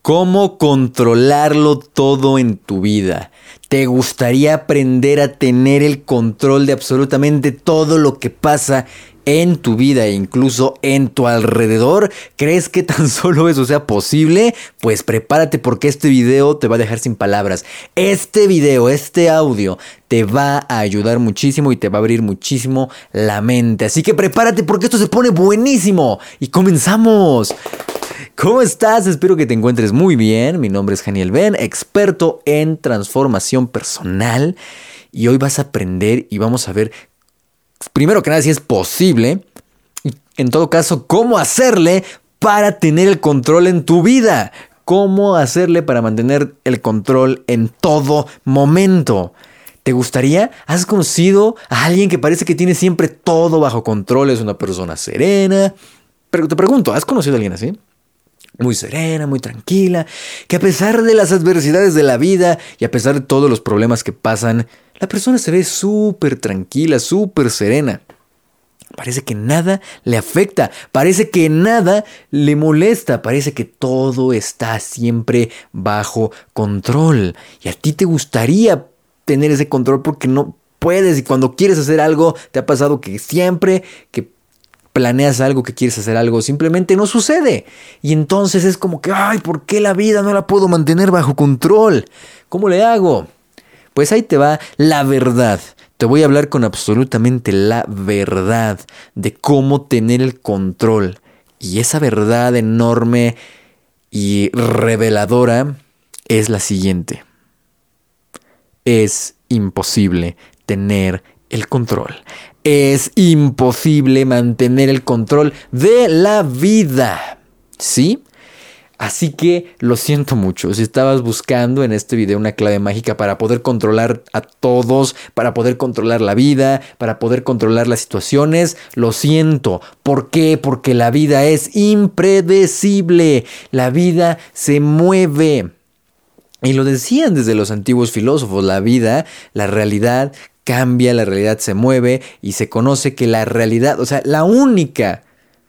¿Cómo controlarlo todo en tu vida? ¿Te gustaría aprender a tener el control de absolutamente todo lo que pasa en tu vida e incluso en tu alrededor? ¿Crees que tan solo eso sea posible? Pues prepárate porque este video te va a dejar sin palabras. Este video, este audio te va a ayudar muchísimo y te va a abrir muchísimo la mente. Así que prepárate porque esto se pone buenísimo. Y comenzamos. ¿Cómo estás? Espero que te encuentres muy bien. Mi nombre es Janiel Ben, experto en transformación personal. Y hoy vas a aprender y vamos a ver, primero que nada, si es posible. Y en todo caso, cómo hacerle para tener el control en tu vida. Cómo hacerle para mantener el control en todo momento. ¿Te gustaría? ¿Has conocido a alguien que parece que tiene siempre todo bajo control? Es una persona serena. Pero te pregunto, ¿has conocido a alguien así? Muy serena, muy tranquila, que a pesar de las adversidades de la vida y a pesar de todos los problemas que pasan, la persona se ve súper tranquila, súper serena. Parece que nada le afecta, parece que nada le molesta, parece que todo está siempre bajo control. Y a ti te gustaría tener ese control porque no puedes y cuando quieres hacer algo te ha pasado que siempre que planeas algo, que quieres hacer algo, simplemente no sucede. Y entonces es como que, ay, ¿por qué la vida no la puedo mantener bajo control? ¿Cómo le hago? Pues ahí te va la verdad. Te voy a hablar con absolutamente la verdad de cómo tener el control. Y esa verdad enorme y reveladora es la siguiente. Es imposible tener el control. Es imposible mantener el control de la vida, ¿sí? Así que lo siento mucho. Si estabas buscando en este video una clave mágica para poder controlar a todos, para poder controlar la vida, para poder controlar las situaciones, lo siento. ¿Por qué? Porque la vida es impredecible. La vida se mueve. Y lo decían desde los antiguos filósofos, la vida, la realidad cambia, la realidad se mueve y se conoce que la realidad, o sea, la única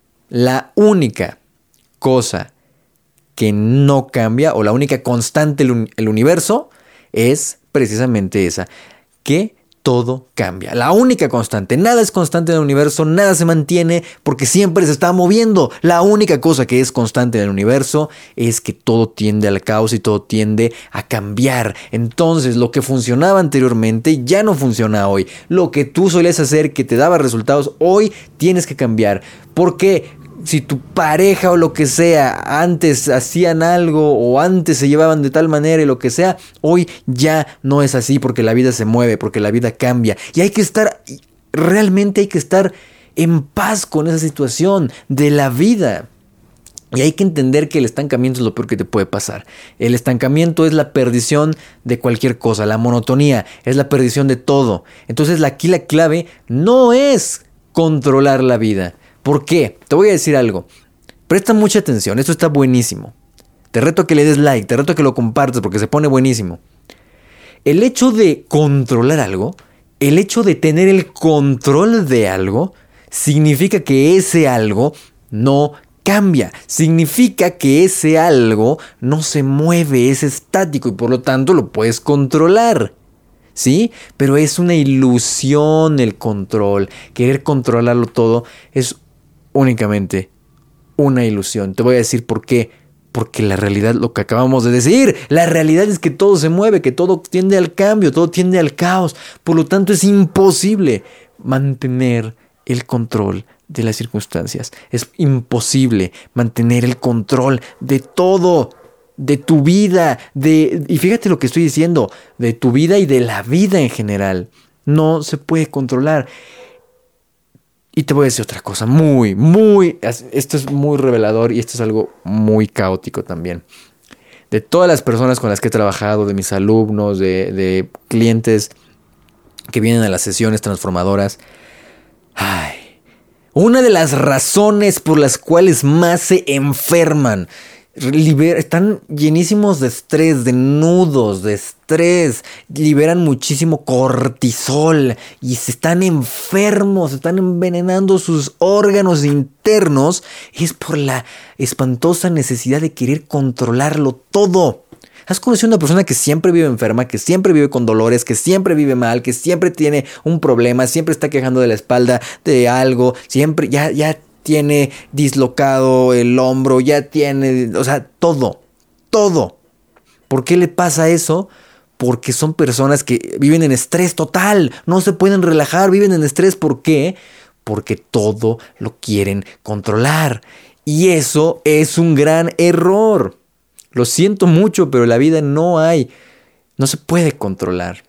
cosa que no cambia o la única constante en el universo es precisamente esa, que todo cambia. La única constante, nada es constante en el universo, nada se mantiene porque siempre se está moviendo. La única cosa que es constante en el universo es que todo tiende al caos y todo tiende a cambiar. Entonces, lo que funcionaba anteriormente ya no funciona hoy. Lo que tú solías hacer que te daba resultados, hoy tienes que cambiar. ¿Por qué? Si tu pareja o lo que sea antes hacían algo o antes se llevaban de tal manera y lo que sea, hoy ya no es así porque la vida se mueve, porque la vida cambia. Y realmente hay que estar en paz con esa situación de la vida. Y hay que entender que el estancamiento es lo peor que te puede pasar. El estancamiento es la perdición de cualquier cosa, la monotonía es la perdición de todo. Entonces aquí la clave no es controlar la vida. ¿Por qué? Te voy a decir algo. Presta mucha atención, esto está buenísimo. Te reto a que le des like, te reto a que lo compartas porque se pone buenísimo. El hecho de controlar algo, el hecho de tener el control de algo, significa que ese algo no cambia. Significa que ese algo no se mueve, es estático y por lo tanto lo puedes controlar. ¿Sí? Pero es una ilusión el control. Querer controlarlo todo es únicamente una ilusión. Te voy a decir por qué. Porque la realidad, lo que acabamos de decir, la realidad es que todo se mueve, que todo tiende al cambio, todo tiende al caos. Por lo tanto, es imposible mantener el control de las circunstancias. Es imposible mantener el control de todo. De tu vida, y fíjate lo que estoy diciendo, de tu vida y de la vida en general. No se puede controlar. Y te voy a decir otra cosa esto es muy revelador y esto es algo muy caótico también. De todas las personas con las que he trabajado, de mis alumnos, de clientes que vienen a las sesiones transformadoras, una de las razones por las cuales más se enferman, están llenísimos de estrés, de nudos, de estrés, liberan muchísimo cortisol y se están enfermos, están envenenando sus órganos internos. Es por la espantosa necesidad de querer controlarlo todo. ¿Has conocido a una persona que siempre vive enferma, que siempre vive con dolores, que siempre vive mal, que siempre tiene un problema, siempre está quejando de la espalda, de algo, siempre ya tiene dislocado el hombro, ya tiene, o sea, todo. ¿Por qué le pasa eso? Porque son personas que viven en estrés total, no se pueden relajar, viven en estrés. ¿Por qué? Porque todo lo quieren controlar. Y eso es un gran error. Lo siento mucho, pero la vida no se puede controlar.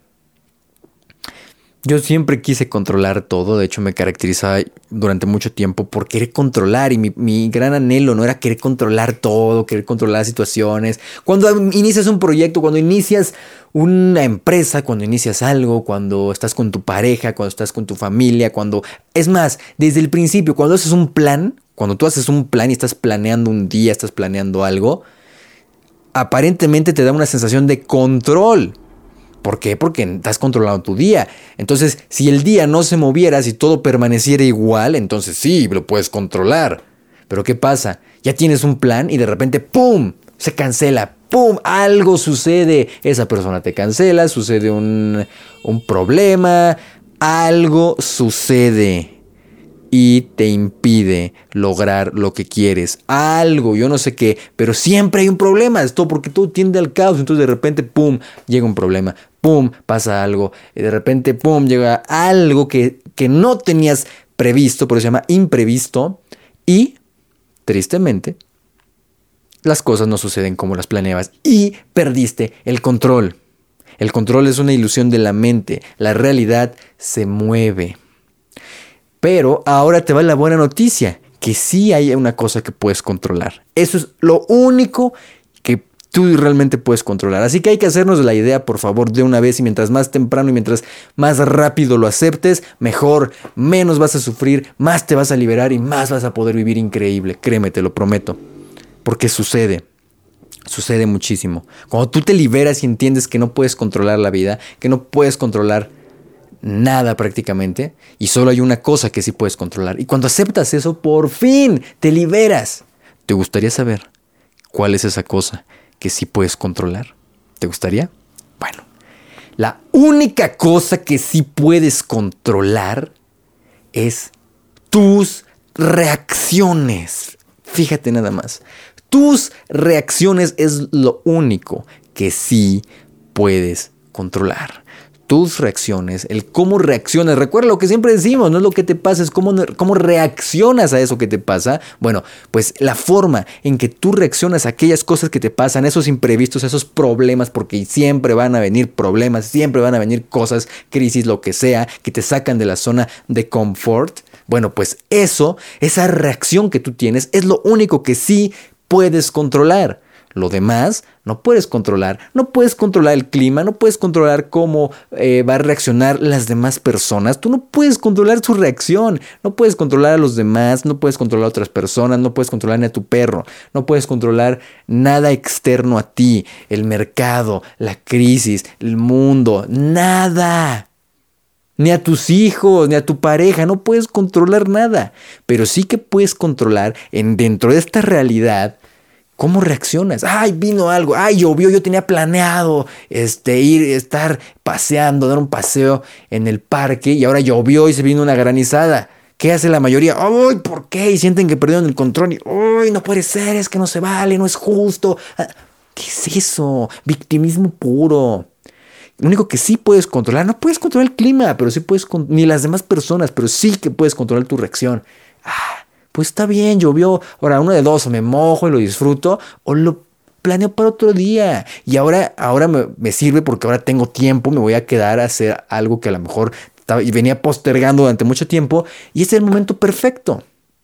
Yo siempre quise controlar todo, de hecho me caracterizaba durante mucho tiempo por querer controlar y mi gran anhelo no era querer controlar todo, querer controlar situaciones. Cuando inicias un proyecto, cuando inicias una empresa, cuando inicias algo, cuando estás con tu pareja, cuando estás con tu familia, es más, desde el principio, cuando haces un plan, cuando tú haces un plan y estás planeando un día, estás planeando algo, aparentemente te da una sensación de control. ¿Por qué? Porque estás controlando tu día. Entonces, si el día no se moviera, si todo permaneciera igual, entonces sí, lo puedes controlar. Pero ¿qué pasa? Ya tienes un plan y de repente, ¡pum!, se cancela. ¡Pum!, algo sucede. Esa persona te cancela, sucede un problema, algo sucede y te impide lograr lo que quieres. Algo, yo no sé qué, pero siempre hay un problema. Es todo porque todo tiende al caos. Entonces de repente, pum, llega un problema. Pum, pasa algo. Y de repente, pum, llega algo que no tenías previsto, por eso se llama imprevisto. Y, tristemente, las cosas no suceden como las planeabas. Y perdiste el control. El control es una ilusión de la mente. La realidad se mueve. Pero ahora te va la buena noticia, que sí hay una cosa que puedes controlar. Eso es lo único que tú realmente puedes controlar. Así que hay que hacernos la idea, por favor, de una vez, y mientras más temprano y mientras más rápido lo aceptes, mejor, menos vas a sufrir, más te vas a liberar y más vas a poder vivir increíble. Créeme, te lo prometo. Porque sucede muchísimo. Cuando tú te liberas y entiendes que no puedes controlar la vida, que no puedes controlar nada prácticamente, y solo hay una cosa que sí puedes controlar, y cuando aceptas eso, por fin te liberas. ¿Te gustaría saber cuál es esa cosa que sí puedes controlar? ¿Te gustaría? Bueno, la única cosa que sí puedes controlar es tus reacciones. Fíjate nada más. Tus reacciones es lo único que sí puedes controlar. Tus reacciones, el cómo reaccionas. Recuerda lo que siempre decimos, no es lo que te pasa, es cómo reaccionas a eso que te pasa. Bueno, pues la forma en que tú reaccionas a aquellas cosas que te pasan, esos imprevistos, esos problemas, porque siempre van a venir problemas, siempre van a venir cosas, crisis, lo que sea, que te sacan de la zona de confort. Bueno, pues esa reacción que tú tienes es lo único que sí puedes controlar. Lo demás no puedes controlar. No puedes controlar el clima, no puedes controlar cómo va a reaccionar las demás personas. Tú no puedes controlar su reacción. No puedes controlar a los demás, no puedes controlar a otras personas, no puedes controlar ni a tu perro. No puedes controlar nada externo a ti. El mercado, la crisis, el mundo, nada. Ni a tus hijos, ni a tu pareja, no puedes controlar nada. Pero sí que puedes controlar dentro de esta realidad cómo reaccionas. Ay, vino algo, ay, llovió, yo tenía planeado estar paseando, dar un paseo en el parque y ahora llovió y se vino una granizada. ¿Qué hace la mayoría? ¡Ay, por qué! Y sienten que perdieron el control y ¡ay, no puede ser! Es que no se vale, no es justo. ¿Qué es eso? Victimismo puro. Lo único que sí puedes controlar, no puedes controlar el clima, pero sí puedes, ni las demás personas, pero sí que puedes controlar tu reacción. Pues está bien, llovió. Ahora, uno de dos, o me mojo y lo disfruto, o lo planeo para otro día. Y ahora me sirve porque ahora tengo tiempo, me voy a quedar a hacer algo que a lo mejor venía postergando durante mucho tiempo. Y es el momento perfecto.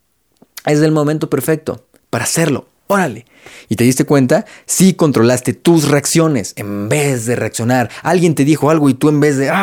Es el momento perfecto para hacerlo. Órale. ¿Y te diste cuenta? Sí controlaste tus reacciones en vez de reaccionar. Alguien te dijo algo y tú en vez de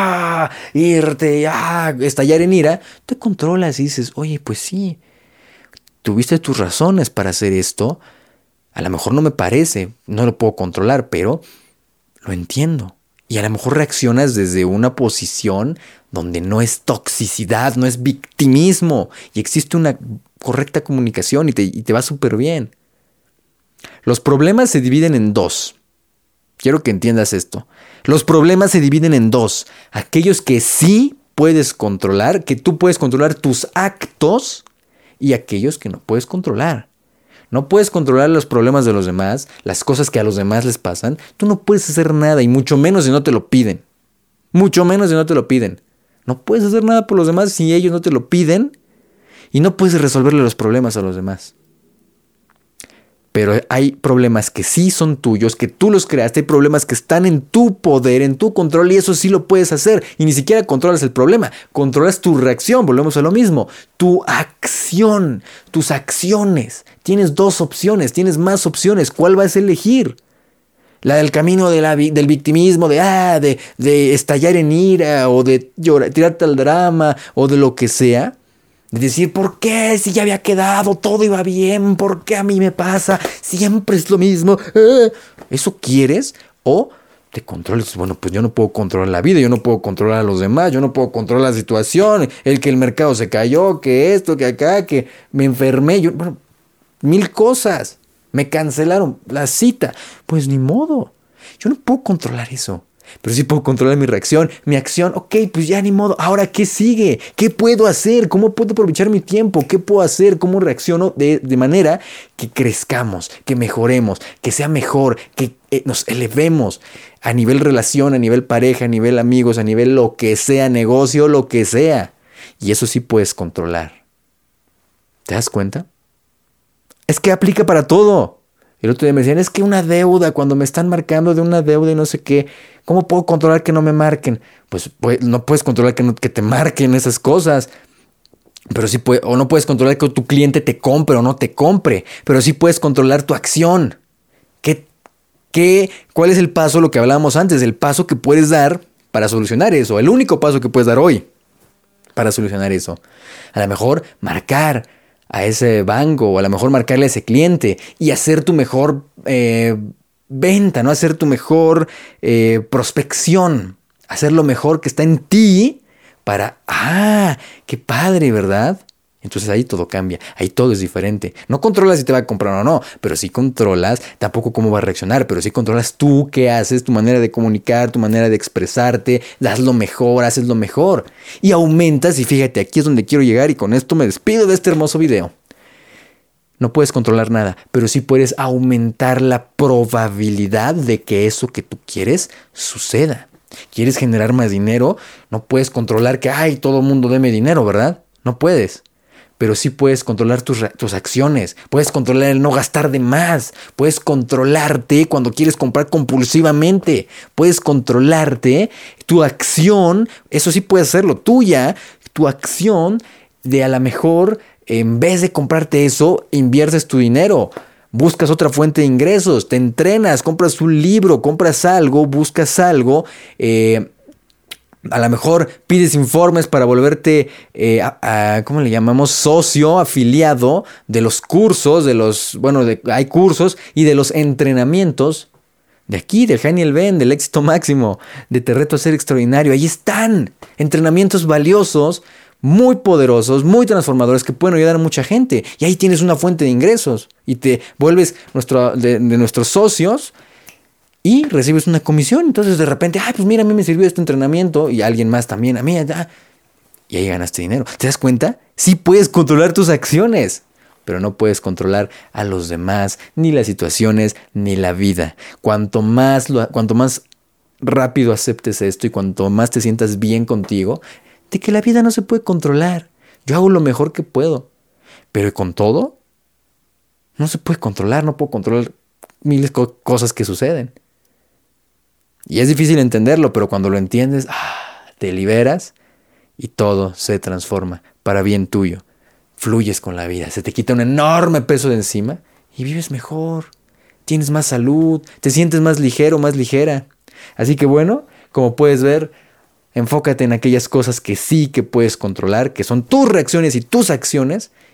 irte, estallar en ira, te controlas y dices, oye, pues sí, tuviste tus razones para hacer esto, A lo mejor no me parece, no lo puedo controlar, pero lo entiendo. Y a lo mejor reaccionas desde una posición donde no es toxicidad, no es victimismo y existe una correcta comunicación y te va súper bien. Los problemas se dividen en dos. Quiero que entiendas esto. Los problemas se dividen en dos. Aquellos que sí puedes controlar, que tú puedes controlar tus actos, y aquellos que no puedes controlar. No puedes controlar los problemas de los demás, las cosas que a los demás les pasan. Tú no puedes hacer nada, y mucho menos si no te lo piden. Mucho menos si no te lo piden. No puedes hacer nada por los demás si ellos no te lo piden, y no puedes resolverle los problemas a los demás. Pero hay problemas que sí son tuyos, que tú los creaste, hay problemas que están en tu poder, en tu control, y eso sí lo puedes hacer. Y ni siquiera controlas el problema, controlas tu reacción, volvemos a lo mismo. Tu acción, tus acciones. Tienes dos opciones, tienes más opciones. ¿Cuál vas a elegir? La del camino del victimismo, de estallar en ira, o de llorar, tirarte al drama, o de lo que sea. De decir, ¿por qué? Si ya había quedado, todo iba bien, ¿por qué a mí me pasa? Siempre es lo mismo. ¿Eso quieres? ¿O te controles? Bueno, pues yo no puedo controlar la vida, yo no puedo controlar a los demás, yo no puedo controlar la situación, que el mercado se cayó, que esto, que acá, que me enfermé, bueno, 1000 cosas. Me cancelaron la cita. Pues ni modo. Yo no puedo controlar eso. Pero sí puedo controlar mi reacción, mi acción. Ok, pues ya ni modo. Ahora, ¿qué sigue? ¿Qué puedo hacer? ¿Cómo puedo aprovechar mi tiempo? ¿Qué puedo hacer? ¿Cómo reacciono de manera que crezcamos, que mejoremos, que sea mejor, que nos elevemos a nivel relación, a nivel pareja, a nivel amigos, a nivel lo que sea, negocio, lo que sea? Y eso sí puedes controlar. ¿Te das cuenta? Es que aplica para todo. El otro día me decían, es que una deuda, cuando me están marcando de una deuda y no sé qué, ¿cómo puedo controlar que no me marquen? Pues no puedes controlar que te marquen esas cosas. Pero sí o no puedes controlar que tu cliente te compre o no te compre. Pero sí puedes controlar tu acción. ¿Cuál es el paso, lo que hablábamos antes? El paso que puedes dar para solucionar eso. El único paso que puedes dar hoy para solucionar eso. A lo mejor marcar a ese banco, o a lo mejor marcarle a ese cliente y hacer tu mejor venta, ¿no? Hacer tu mejor prospección, hacer lo mejor que está en ti para, qué padre, ¿verdad? Entonces ahí todo cambia, ahí todo es diferente. No controlas si te va a comprar o no, pero sí controlas tampoco cómo va a reaccionar, pero sí controlas tú qué haces, tu manera de comunicar, tu manera de expresarte, das lo mejor, haces lo mejor. Y aumentas, y fíjate, aquí es donde quiero llegar y con esto me despido de este hermoso video. No puedes controlar nada, pero sí puedes aumentar la probabilidad de que eso que tú quieres suceda. ¿Quieres generar más dinero? No puedes controlar que, todo el mundo deme dinero, ¿verdad? No puedes. Pero sí puedes controlar tus acciones, puedes controlar el no gastar de más, puedes controlarte cuando quieres comprar compulsivamente, puedes controlarte tu acción, eso sí puedes hacerlo, tuya, tu acción de a lo mejor en vez de comprarte eso, inviertes tu dinero, buscas otra fuente de ingresos, te entrenas, compras un libro, compras algo, buscas algo, a lo mejor pides informes para volverte, ¿cómo le llamamos? Socio, afiliado de los cursos, hay cursos y de los entrenamientos de aquí, del Haniel Ben, del éxito máximo, de Te reto a ser extraordinario. Ahí están entrenamientos valiosos, muy poderosos, muy transformadores que pueden ayudar a mucha gente. Y ahí tienes una fuente de ingresos y te vuelves de nuestros socios. Y recibes una comisión. Entonces de repente, pues mira, a mí me sirvió este entrenamiento. Y a alguien más también, a mí. Y ahí ganaste dinero. ¿Te das cuenta? Sí puedes controlar tus acciones, pero no puedes controlar a los demás, ni las situaciones, ni la vida. Cuanto más rápido aceptes esto y cuanto más te sientas bien contigo, de que la vida no se puede controlar. Yo hago lo mejor que puedo. Pero con todo, no se puede controlar. No puedo controlar miles de cosas que suceden. Y es difícil entenderlo, pero cuando lo entiendes, te liberas y todo se transforma para bien tuyo. Fluyes con la vida, se te quita un enorme peso de encima y vives mejor. Tienes más salud, te sientes más ligero, más ligera. Así que bueno, como puedes ver, enfócate en aquellas cosas que sí que puedes controlar, que son tus reacciones y tus acciones,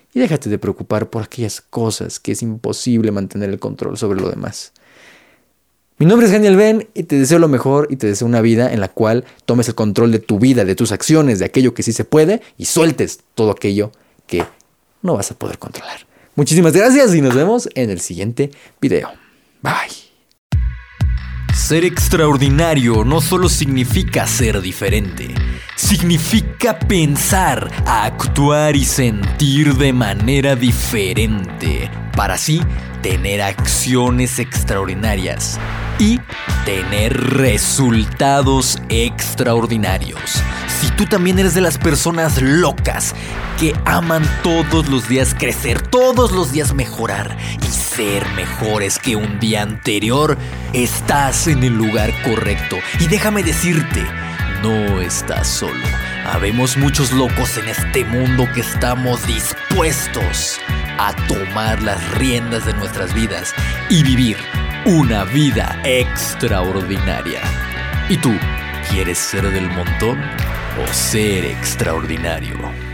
y déjate de preocupar por aquellas cosas que es imposible mantener el control sobre lo demás. Mi nombre es Daniel Ben y te deseo lo mejor y te deseo una vida en la cual tomes el control de tu vida, de tus acciones, de aquello que sí se puede y sueltes todo aquello que no vas a poder controlar. Muchísimas gracias y nos vemos en el siguiente video. Bye. Ser extraordinario no solo significa ser diferente, significa pensar, actuar y sentir de manera diferente, para así tener acciones extraordinarias y tener resultados extraordinarios. Si tú también eres de las personas locas que aman todos los días crecer, todos los días mejorar y ser mejores que un día anterior, estás en el lugar correcto. Y déjame decirte, no estás solo. Habemos muchos locos en este mundo que estamos dispuestos a tomar las riendas de nuestras vidas y vivir una vida extraordinaria. ¿Y tú quieres ser del montón o ser extraordinario?